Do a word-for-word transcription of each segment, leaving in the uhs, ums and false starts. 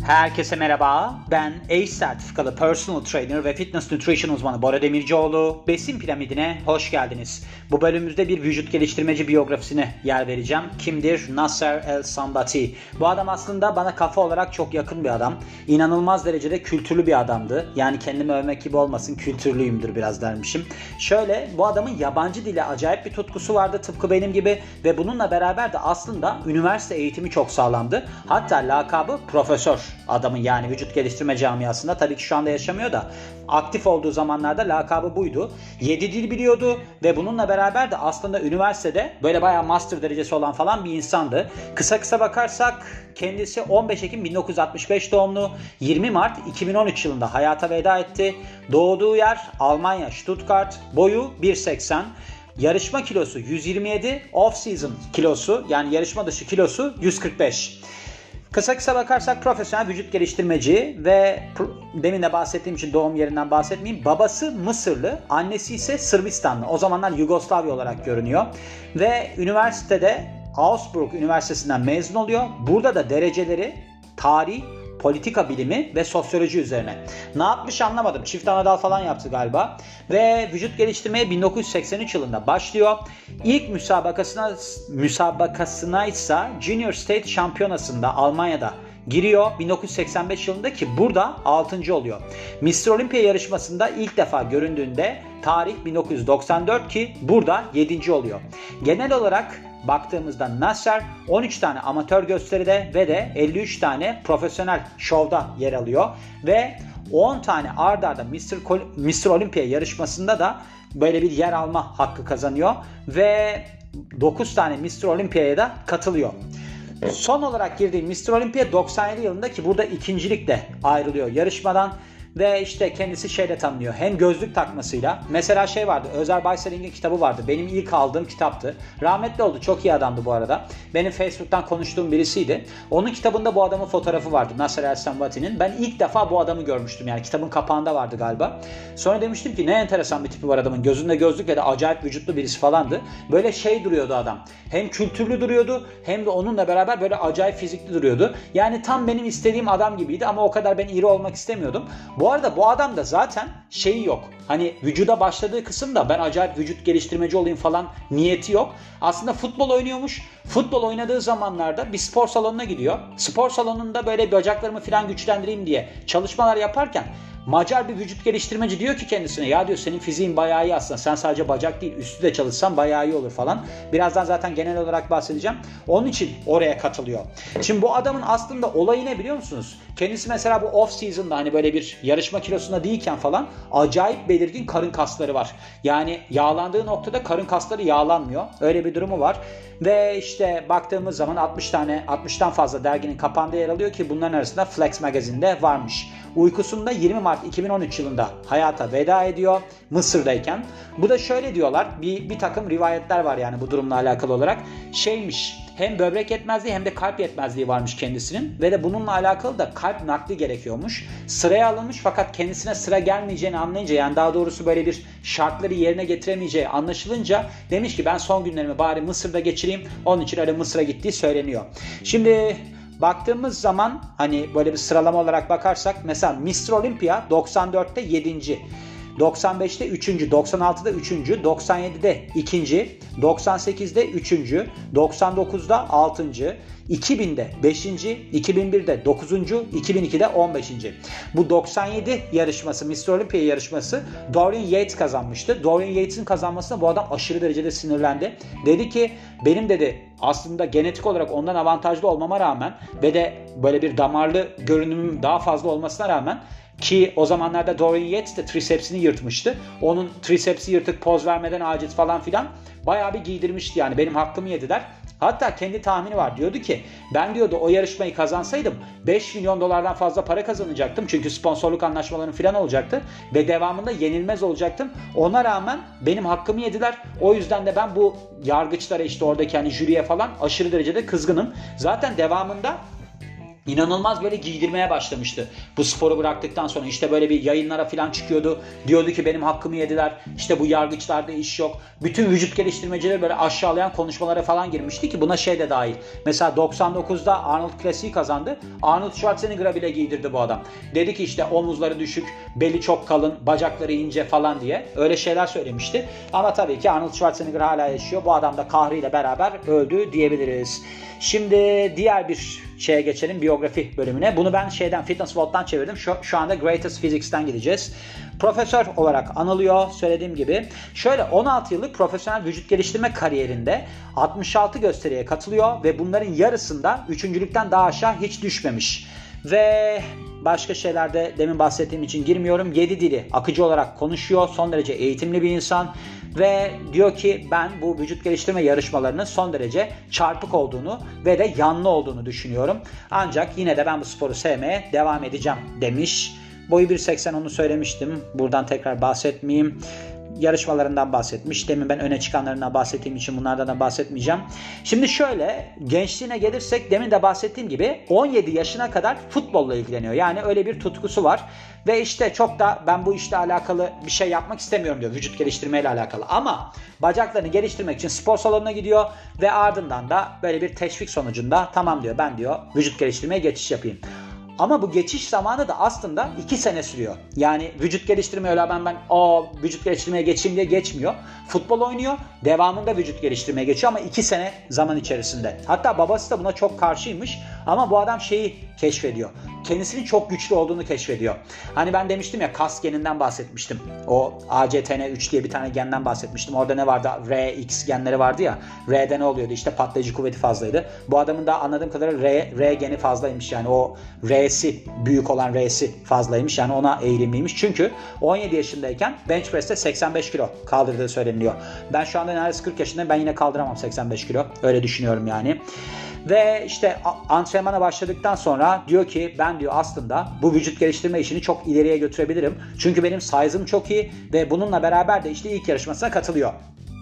Herkese merhaba, ben A C E sertifikalı Personal Trainer ve Fitness Nutrition uzmanı Bora Demircioğlu. Besin Piramidine hoş geldiniz. Bu bölümümüzde bir vücut geliştirmeci biyografisine yer vereceğim. Kimdir? Nasser El-Sonbaty. Bu adam aslında bana kafa olarak çok yakın bir adam. İnanılmaz derecede kültürlü bir adamdı. Yani kendimi övmek gibi olmasın, kültürlüyümdür biraz dermişim. Şöyle, bu adamın yabancı dile acayip bir tutkusu vardı tıpkı benim gibi ve bununla beraber de aslında üniversite eğitimi çok sağlamdı. Hatta lakabı profesör adamın, yani vücut geliştirme camiasında. Tabii ki şu anda yaşamıyor da aktif olduğu zamanlarda lakabı buydu. yedi dil biliyordu ve bununla beraber de aslında üniversitede böyle bayağı master derecesi olan falan bir insandı. Kısa kısa bakarsak kendisi on beş Ekim bin dokuz yüz altmış beş doğumlu, yirmi Mart iki bin on üç yılında hayata veda etti. Doğduğu yer Almanya, Stuttgart, boyu bir seksen. Yarışma kilosu yüz yirmi yedi, off-season kilosu yani yarışma dışı kilosu yüz kırk beş. Kısa kısa bakarsak profesyonel vücut geliştirmeci ve demin de bahsettiğim için doğum yerinden bahsetmeyeyim. Babası Mısırlı, annesi ise Sırbistanlı. O zamanlar Yugoslavya olarak görünüyor. Ve üniversitede Augsburg Üniversitesi'nden mezun oluyor. Burada da dereceleri tarih, politika bilimi ve sosyoloji üzerine. Ne yapmış anlamadım. Çift anadal falan yaptı galiba. Ve vücut geliştirmeye bin dokuz yüz seksen üç yılında başlıyor. İlk müsabakasına müsabakasına ise Junior State Şampiyonası'nda Almanya'da giriyor bin dokuz yüz seksen beş yılında ki burada altıncı oluyor. mister Olympia yarışmasında ilk defa göründüğünde tarih bin dokuz yüz doksan dört ki burada yedinci oluyor. Genel olarak baktığımızda Nasser on üç tane amatör gösteride ve de elli üç tane profesyonel şovda yer alıyor ve on tane ard arda mister mister Olympia yarışmasında da böyle bir yer alma hakkı kazanıyor ve dokuz tane mister Olympia'ya da katılıyor. Son olarak girdiği mister Olympia doksan yedi yılında ki burada ikincilikle ayrılıyor yarışmadan. Ve işte kendisi şeyle tanınıyor. Hem gözlük takmasıyla. Mesela şey vardı. Özer Baysel'in kitabı vardı. Benim ilk aldığım kitaptı. Rahmetli oldu. Çok iyi adamdı bu arada. Benim Facebook'tan konuştuğum birisiydi. Onun kitabında bu adamın fotoğrafı vardı. Nasser El-Sonbaty'nin. Ben ilk defa bu adamı görmüştüm. Yani kitabın kapağında vardı galiba. Sonra demiştim ki ne enteresan bir tipi var adamın. Gözünde gözlük ve de acayip vücutlu birisi falandı. Böyle şey duruyordu adam. Hem kültürlü duruyordu hem de onunla beraber böyle acayip fizikli duruyordu. Yani tam benim istediğim adam gibiydi ama o kadar ben iri olmak istemiyordum. Bu arada bu adam da zaten şeyi yok. Hani vücuda başladığı kısımda ben acayip vücut geliştirmeci olayım falan niyeti yok. Aslında futbol oynuyormuş. Futbol oynadığı zamanlarda bir spor salonuna gidiyor. Spor salonunda böyle bacaklarımı falan güçlendireyim diye çalışmalar yaparken Macar bir vücut geliştirmeci diyor ki kendisine ya diyor senin fiziğin bayağı iyi aslında. Sen sadece bacak değil üstü de çalışsan bayağı iyi olur falan. Birazdan zaten genel olarak bahsedeceğim. Onun için oraya katılıyor. Şimdi bu adamın aslında olayı ne biliyor musunuz? Kendisi mesela bu off season'da hani böyle bir yarışma kilosunda değilken falan acayip belirgin karın kasları var. Yani yağlandığı noktada karın kasları yağlanmıyor. Öyle bir durumu var. Ve işte baktığımız zaman altmış tane altmıştan fazla derginin kapağında yer alıyor ki bunların arasında Flex Magazine'de varmış. Uykusunda yirmi Mart iki bin on üç yılında hayata veda ediyor Mısır'dayken. Bu da şöyle diyorlar, bir, bir takım rivayetler var yani bu durumla alakalı olarak. Şeymiş, hem böbrek yetmezliği hem de kalp yetmezliği varmış kendisinin ve de bununla alakalı da kalp nakli gerekiyormuş. Sıraya alınmış fakat kendisine sıra gelmeyeceğini anlayınca, yani daha doğrusu böyle bir şartları yerine getiremeyeceği anlaşılınca demiş ki ben son günlerimi bari Mısır'da geçireyim. Onun için öyle Mısır'a gittiği söyleniyor. Şimdi baktığımız zaman hani böyle bir sıralama olarak bakarsak mesela mister Olympia doksan dörtte yedinci, doksan beşte üçüncü, doksan altıda üçüncü, doksan yedide ikinci, doksan sekizde üçüncü, doksan dokuzda altıncı, iki binde beşinci, iki bin birde dokuzuncu, iki bin ikide on beşinci. Bu doksan yedi yarışması, mister Olympia yarışması Dorian Yates kazanmıştı. Dorian Yates'in kazanmasına bu adam aşırı derecede sinirlendi. Dedi ki benim dedi aslında genetik olarak ondan avantajlı olmama rağmen ve de böyle bir damarlı görünümüm daha fazla olmasına rağmen ki o zamanlarda Dorian Yates de trisepsini yırtmıştı. Onun trisepsi yırtık, poz vermeden aciz falan filan bayağı bir giydirmişti yani. Benim hakkımı yediler. Hatta kendi tahmini var. Diyordu ki ben diyordu o yarışmayı kazansaydım beş milyon dolardan fazla para kazanacaktım. Çünkü sponsorluk anlaşmalarım falan olacaktı. Ve devamında yenilmez olacaktım. Ona rağmen benim hakkımı yediler. O yüzden de ben bu yargıçlara işte oradaki hani jüriye falan aşırı derecede kızgınım. Zaten devamında İnanılmaz böyle giydirmeye başlamıştı bu sporu bıraktıktan sonra. İşte böyle bir yayınlara falan çıkıyordu. Diyordu ki benim hakkımı yediler. İşte bu yargıçlarda iş yok. Bütün vücut geliştirmecileri böyle aşağılayan konuşmalara falan girmişti ki buna şey de dahil. Mesela doksan dokuzda Arnold Classic'i kazandı. Arnold Schwarzenegger'a bile giydirdi bu adam. Dedi ki işte omuzları düşük, beli çok kalın, bacakları ince falan diye. Öyle şeyler söylemişti. Ama tabii ki Arnold Schwarzenegger hala yaşıyor. Bu adam da kahrıyla beraber öldü diyebiliriz. Şimdi diğer bir şeye geçelim, biyografi bölümüne. Bunu ben şeyden, Fitness World'dan çevirdim. Şu, şu anda Greatest Physics'ten gideceğiz. Profesör olarak anılıyor söylediğim gibi. Şöyle on altı yıllık profesyonel vücut geliştirme kariyerinde altmış altı gösteriye katılıyor ve bunların yarısında üçüncülükten daha aşağı hiç düşmemiş. Ve başka şeylerde demin bahsettiğim için girmiyorum. yedi dili akıcı olarak konuşuyor. Son derece eğitimli bir insan. Ve diyor ki ben bu vücut geliştirme yarışmalarının son derece çarpık olduğunu ve de yanlı olduğunu düşünüyorum. Ancak yine de ben bu sporu sevmeye devam edeceğim demiş. Boyu bir seksen onu söylemiştim. Buradan tekrar bahsetmeyeyim. Yarışmalarından bahsetmiş. Demin ben öne çıkanlarından bahsettiğim için bunlardan da bahsetmeyeceğim. Şimdi şöyle gençliğine gelirsek demin de bahsettiğim gibi on yedi yaşına kadar futbolla ilgileniyor. Yani öyle bir tutkusu var. Ve işte çok da ben bu işle alakalı bir şey yapmak istemiyorum diyor. Vücut geliştirmeyle alakalı. Ama bacaklarını geliştirmek için spor salonuna gidiyor. Ve ardından da böyle bir teşvik sonucunda tamam diyor ben diyor vücut geliştirmeye geçiş yapayım. Ama bu geçiş zamanı da aslında iki sene sürüyor. Yani vücut geliştirme öyle ben ben o vücut geliştirmeye geçeyim diye geçmiyor. Futbol oynuyor. Devamında vücut geliştirmeye geçiyor ama iki sene zaman içerisinde. Hatta babası da buna çok karşıymış. Ama bu adam şeyi keşfediyor. Kendisinin çok güçlü olduğunu keşfediyor. Hani ben demiştim ya kas geninden bahsetmiştim. O A C T N üç diye bir tane genden bahsetmiştim. Orada ne vardı? R X genleri vardı ya. R'de ne oluyordu? İşte patlayıcı kuvveti fazlaydı. Bu adamın da anladığım kadarıyla R, R geni fazlaymış. Yani o R'si büyük olan R'si fazlaymış. Yani ona eğilimliymiş. Çünkü on yedi yaşındayken bench press'te seksen beş kilo kaldırdığı söyleniyor. Ben şu anda neredeyse kırk yaşındayım. Ben yine kaldıramam seksen beş kilo. Öyle düşünüyorum yani. Ve işte antrenmana başladıktan sonra diyor ki ben diyor aslında bu vücut geliştirme işini çok ileriye götürebilirim. Çünkü benim size'ım çok iyi ve bununla beraber de işte ilk yarışmasına katılıyor.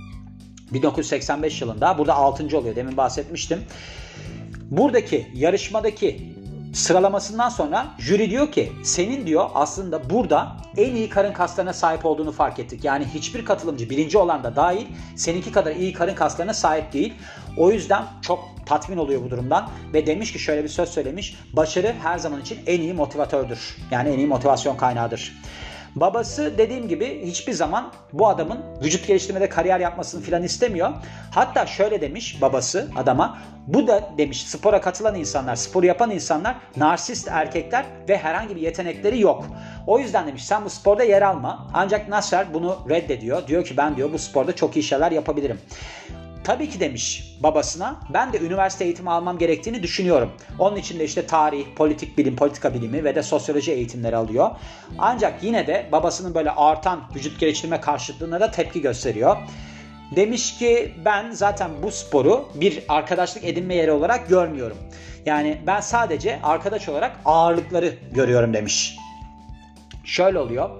bin dokuz yüz seksen beş yılında burada altıncı oluyor. Demin bahsetmiştim. Buradaki yarışmadaki sıralamasından sonra jüri diyor ki senin diyor aslında burada en iyi karın kaslarına sahip olduğunu fark ettik. Yani hiçbir katılımcı birinci olan da dahil seninki kadar iyi karın kaslarına sahip değil. O yüzden çok tatmin oluyor bu durumdan ve demiş ki şöyle bir söz söylemiş. Başarı her zaman için en iyi motivatördür. Yani en iyi motivasyon kaynağıdır. Babası dediğim gibi hiçbir zaman bu adamın vücut geliştirmede kariyer yapmasını filan istemiyor. Hatta şöyle demiş babası adama. Bu da demiş spora katılan insanlar, sporu yapan insanlar narsist erkekler ve herhangi bir yetenekleri yok. O yüzden demiş sen bu sporda yer alma. Ancak Nasser bunu reddediyor. Diyor ki ben diyor bu sporda çok iyi şeyler yapabilirim. Tabii ki demiş babasına ben de üniversite eğitimi almam gerektiğini düşünüyorum. Onun için de işte tarih, politik bilim, politika bilimi ve de sosyoloji eğitimleri alıyor. Ancak yine de babasının böyle artan vücut geliştirme karşıtlığına da tepki gösteriyor. Demiş ki ben zaten bu sporu bir arkadaşlık edinme yeri olarak görmüyorum. Yani ben sadece arkadaş olarak ağırlıkları görüyorum demiş. Şöyle oluyor.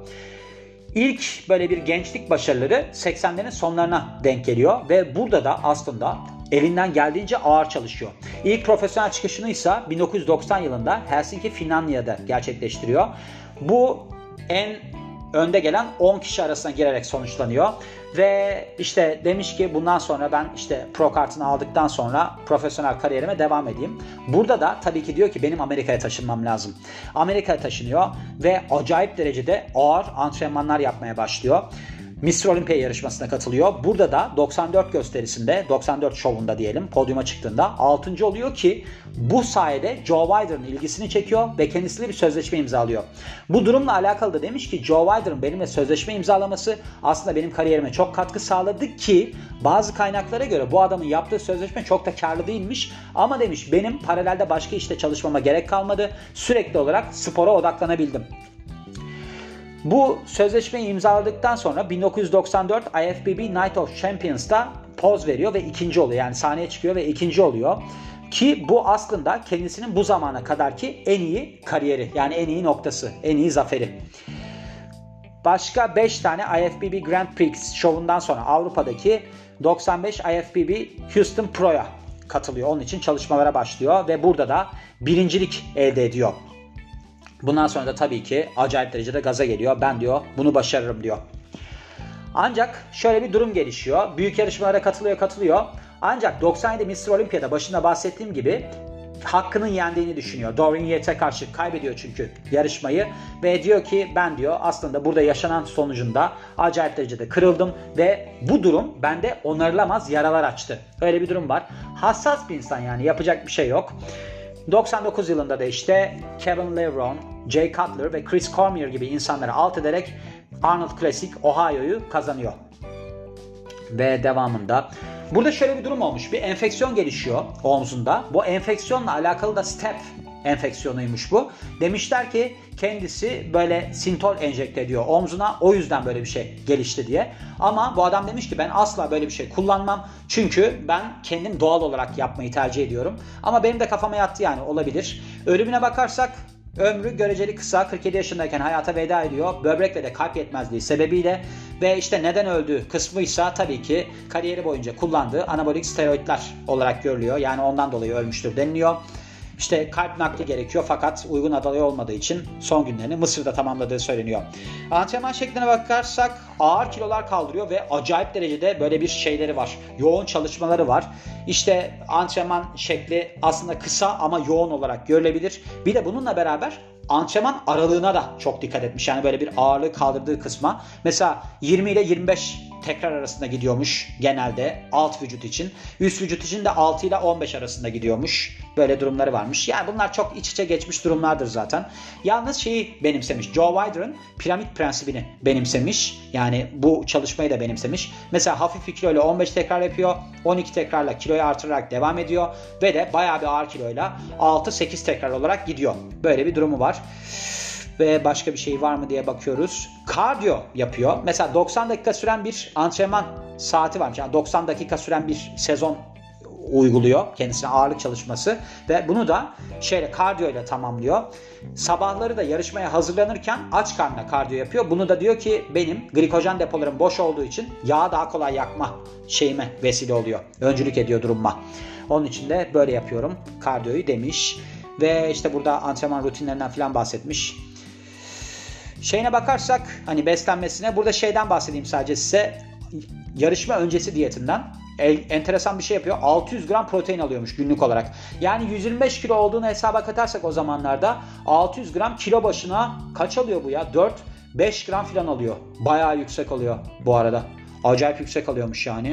İlk böyle bir gençlik başarıları seksenlerin sonlarına denk geliyor ve burada da aslında elinden geldiğince ağır çalışıyor. İlk profesyonel çıkışını ise bin dokuz yüz doksan yılında Helsinki, Finlandiya'da gerçekleştiriyor. Bu en önde gelen on kişi arasına girerek sonuçlanıyor. Ve işte demiş ki bundan sonra ben işte pro kartını aldıktan sonra profesyonel kariyerime devam edeyim. Burada da tabii ki diyor ki benim Amerika'ya taşınmam lazım. Amerika'ya taşınıyor ve acayip derecede ağır antrenmanlar yapmaya başlıyor. mister Olympia yarışmasına katılıyor. Burada da doksan dört gösterisinde, doksan dört şovunda diyelim, podyuma çıktığında altıncı oluyor ki bu sayede Joe Weider'ın ilgisini çekiyor ve kendisiyle bir sözleşme imzalıyor. Bu durumla alakalı da demiş ki Joe Weider'ın benimle sözleşme imzalaması aslında benim kariyerime çok katkı sağladı ki bazı kaynaklara göre bu adamın yaptığı sözleşme çok da karlı değilmiş ama demiş benim paralelde başka işte çalışmama gerek kalmadı. Sürekli olarak spora odaklanabildim. Bu sözleşmeyi imzaladıktan sonra bin dokuz yüz doksan dört I F B B Night of Champions'ta poz veriyor ve ikinci oluyor. Yani sahneye çıkıyor ve ikinci oluyor. Ki bu aslında kendisinin bu zamana kadarki en iyi kariyeri. Yani en iyi noktası, en iyi zaferi. Başka beş tane I F B B Grand Prix şovundan sonra Avrupa'daki doksan beş I F B B Houston Pro'ya katılıyor. Onun için çalışmalara başlıyor ve burada da birincilik elde ediyor. Bundan sonra da tabii ki acayip derecede gaza geliyor. Ben diyor bunu başarırım diyor. Ancak şöyle bir durum gelişiyor. Büyük yarışmalara katılıyor katılıyor. Ancak doksan yedi mister Olympia'da başında bahsettiğim gibi hakkının yendiğini düşünüyor. Dorian Yate'e karşı kaybediyor çünkü yarışmayı. Ve diyor ki ben diyor aslında burada yaşanan sonucunda acayip derecede kırıldım. Ve bu durum bende onarılamaz yaralar açtı. Öyle bir durum var. Hassas bir insan yani yapacak bir şey yok. doksan dokuz yılında da işte Kevin Levrone, Jay Cutler ve Chris Cormier gibi insanları alt ederek Arnold Classic Ohio'yu kazanıyor. Ve devamında burada şöyle bir durum olmuş. Bir enfeksiyon gelişiyor omzunda. Bu enfeksiyonla alakalı da staph enfeksiyonuymuş bu. Demişler ki kendisi böyle sintol enjekte ediyor omzuna. O yüzden böyle bir şey gelişti diye. Ama bu adam demiş ki ben asla böyle bir şey kullanmam. Çünkü ben kendim doğal olarak yapmayı tercih ediyorum. Ama benim de kafama yattı yani olabilir. Ölümüne bakarsak ömrü göreceli kısa. kırk yedi yaşındayken hayata veda ediyor. Böbrek ve de kalp yetmezliği sebebiyle ve işte neden öldüğü kısmıysa tabii ki kariyeri boyunca kullandığı anabolik steroidler olarak görülüyor. Yani ondan dolayı ölmüştür deniliyor. İşte kalp nakli gerekiyor fakat uygun aday olmadığı için son günlerini Mısır'da tamamladığı söyleniyor. Antrenman şekline bakarsak ağır kilolar kaldırıyor ve acayip derecede böyle bir şeyleri var. Yoğun çalışmaları var. İşte antrenman şekli aslında kısa ama yoğun olarak görülebilir. Bir de bununla beraber antrenman aralığına da çok dikkat etmiş. Yani böyle bir ağırlığı kaldırdığı kısma. Mesela yirmi ile yirmi beş tekrar arasında gidiyormuş genelde alt vücut için. Üst vücut için de altı ile on beş arasında gidiyormuş. Böyle durumları varmış. Yani bunlar çok iç içe geçmiş durumlardır zaten. Yalnız şeyi benimsemiş. Joe Weider'ın piramit prensibini benimsemiş. Yani bu çalışmayı da benimsemiş. Mesela hafif bir kiloyla on beş tekrar yapıyor. on iki tekrarla kiloyu artırarak devam ediyor. Ve de bayağı bir ağır kiloyla altı sekiz tekrar olarak gidiyor. Böyle bir durumu var. Ve başka bir şey var mı diye bakıyoruz. Kardiyo yapıyor. Mesela doksan dakika süren bir antrenman saati varmış. Yani doksan dakika süren bir sezon uyguluyor. Kendisine ağırlık çalışması. Ve bunu da şeyle kardiyo ile tamamlıyor. Sabahları da yarışmaya hazırlanırken aç karnına kardiyo yapıyor. Bunu da diyor ki benim glikojen depolarım boş olduğu için yağı daha kolay yakma şeyime vesile oluyor. Öncülük ediyor durumuma. Onun için de böyle yapıyorum kardiyoyu demiş. Ve işte burada antrenman rutinlerinden falan bahsetmiş. Şeyine bakarsak hani beslenmesine burada şeyden bahsedeyim sadece size. Yarışma öncesi diyetinden enteresan bir şey yapıyor. altı yüz gram protein alıyormuş günlük olarak. Yani yüz yirmi beş kilo olduğunu hesaba katarsak o zamanlarda altı yüz gram kilo başına kaç alıyor bu ya? dört beş gram falan alıyor. Bayağı yüksek alıyor bu arada. Acayip yüksek alıyormuş yani.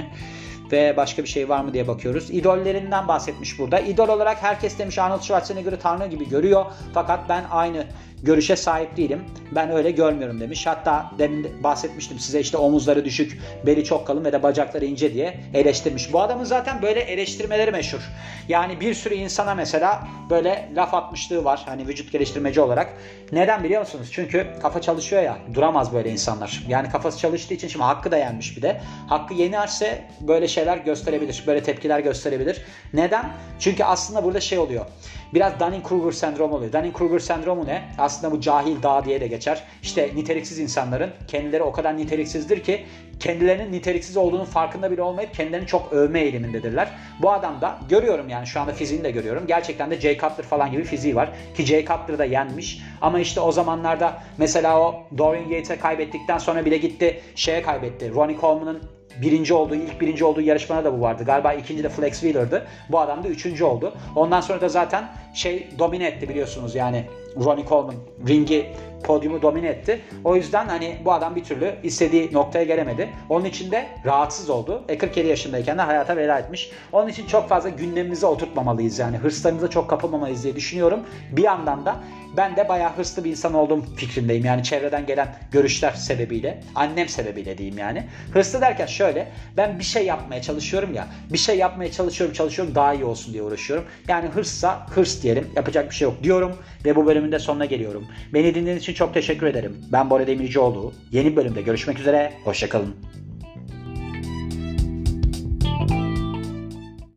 Ve başka bir şey var mı diye bakıyoruz. İdollerinden bahsetmiş burada. İdol olarak herkes demiş Arnold Schwarzenegger'ı tanrı gibi görüyor. Fakat ben aynı görüşe sahip değilim. Ben öyle görmüyorum demiş. Hatta demin bahsetmiştim size işte omuzları düşük, beli çok kalın ve de bacakları ince diye eleştirmiş. Bu adamın zaten böyle eleştirmeleri meşhur. Yani bir sürü insana mesela böyle laf atmışlığı var. Hani vücut geliştirmeci olarak. Neden biliyor musunuz? Çünkü kafa çalışıyor ya. Duramaz böyle insanlar. Yani kafası çalıştığı için şimdi hakkı da yenmiş bir de. Hakkı yenerse böyle şeyler gösterebilir. Böyle tepkiler gösterebilir. Neden? Çünkü aslında burada şey oluyor. Biraz Dunning-Kruger sendromu oluyor. Dunning-Kruger sendromu ne? Aslında bu cahil dağ diye de geçer. İşte niteliksiz insanların kendileri o kadar niteliksizdir ki kendilerinin niteliksiz olduğunun farkında bile olmayıp kendilerini çok övme eğilimindedirler. Bu adam da görüyorum yani şu anda fiziğini de görüyorum. Gerçekten de Jay Cutler falan gibi fiziği var. Ki Jay Cutler da yenmiş. Ama işte o zamanlarda mesela o Dorian Yates'e kaybettikten sonra bile gitti şeye kaybetti. Ronnie Coleman'ın birinci olduğu, ilk birinci olduğu yarışmada da bu vardı. Galiba ikinci de Flex Wheeler'dı. Bu adam da üçüncü oldu. Ondan sonra da zaten şey domine etti biliyorsunuz yani. Ronnie Coleman ringi, podyumu domine etti. O yüzden hani bu adam bir türlü istediği noktaya gelemedi. Onun için de rahatsız oldu. E kırk yedi yaşındayken de hayata veda etmiş. Onun için çok fazla gündemimize oturtmamalıyız yani. Hırslarımıza çok kapılmamalıyız diye düşünüyorum. Bir yandan da ben de bayağı hırslı bir insan olduğum fikrindeyim. Yani çevreden gelen görüşler sebebiyle. Annem sebebiyle diyeyim yani. Hırslı derken şöyle. Ben bir şey yapmaya çalışıyorum ya. Bir şey yapmaya çalışıyorum çalışıyorum daha iyi olsun diye uğraşıyorum. Yani hırssa hırs diyelim. Yapacak bir şey yok diyorum. Ve bu bölümün de sonuna geliyorum. Beni dinlediğiniz için çok teşekkür ederim. Ben Bora Demircioğlu. Yeni bir bölümde görüşmek üzere. Hoşça kalın.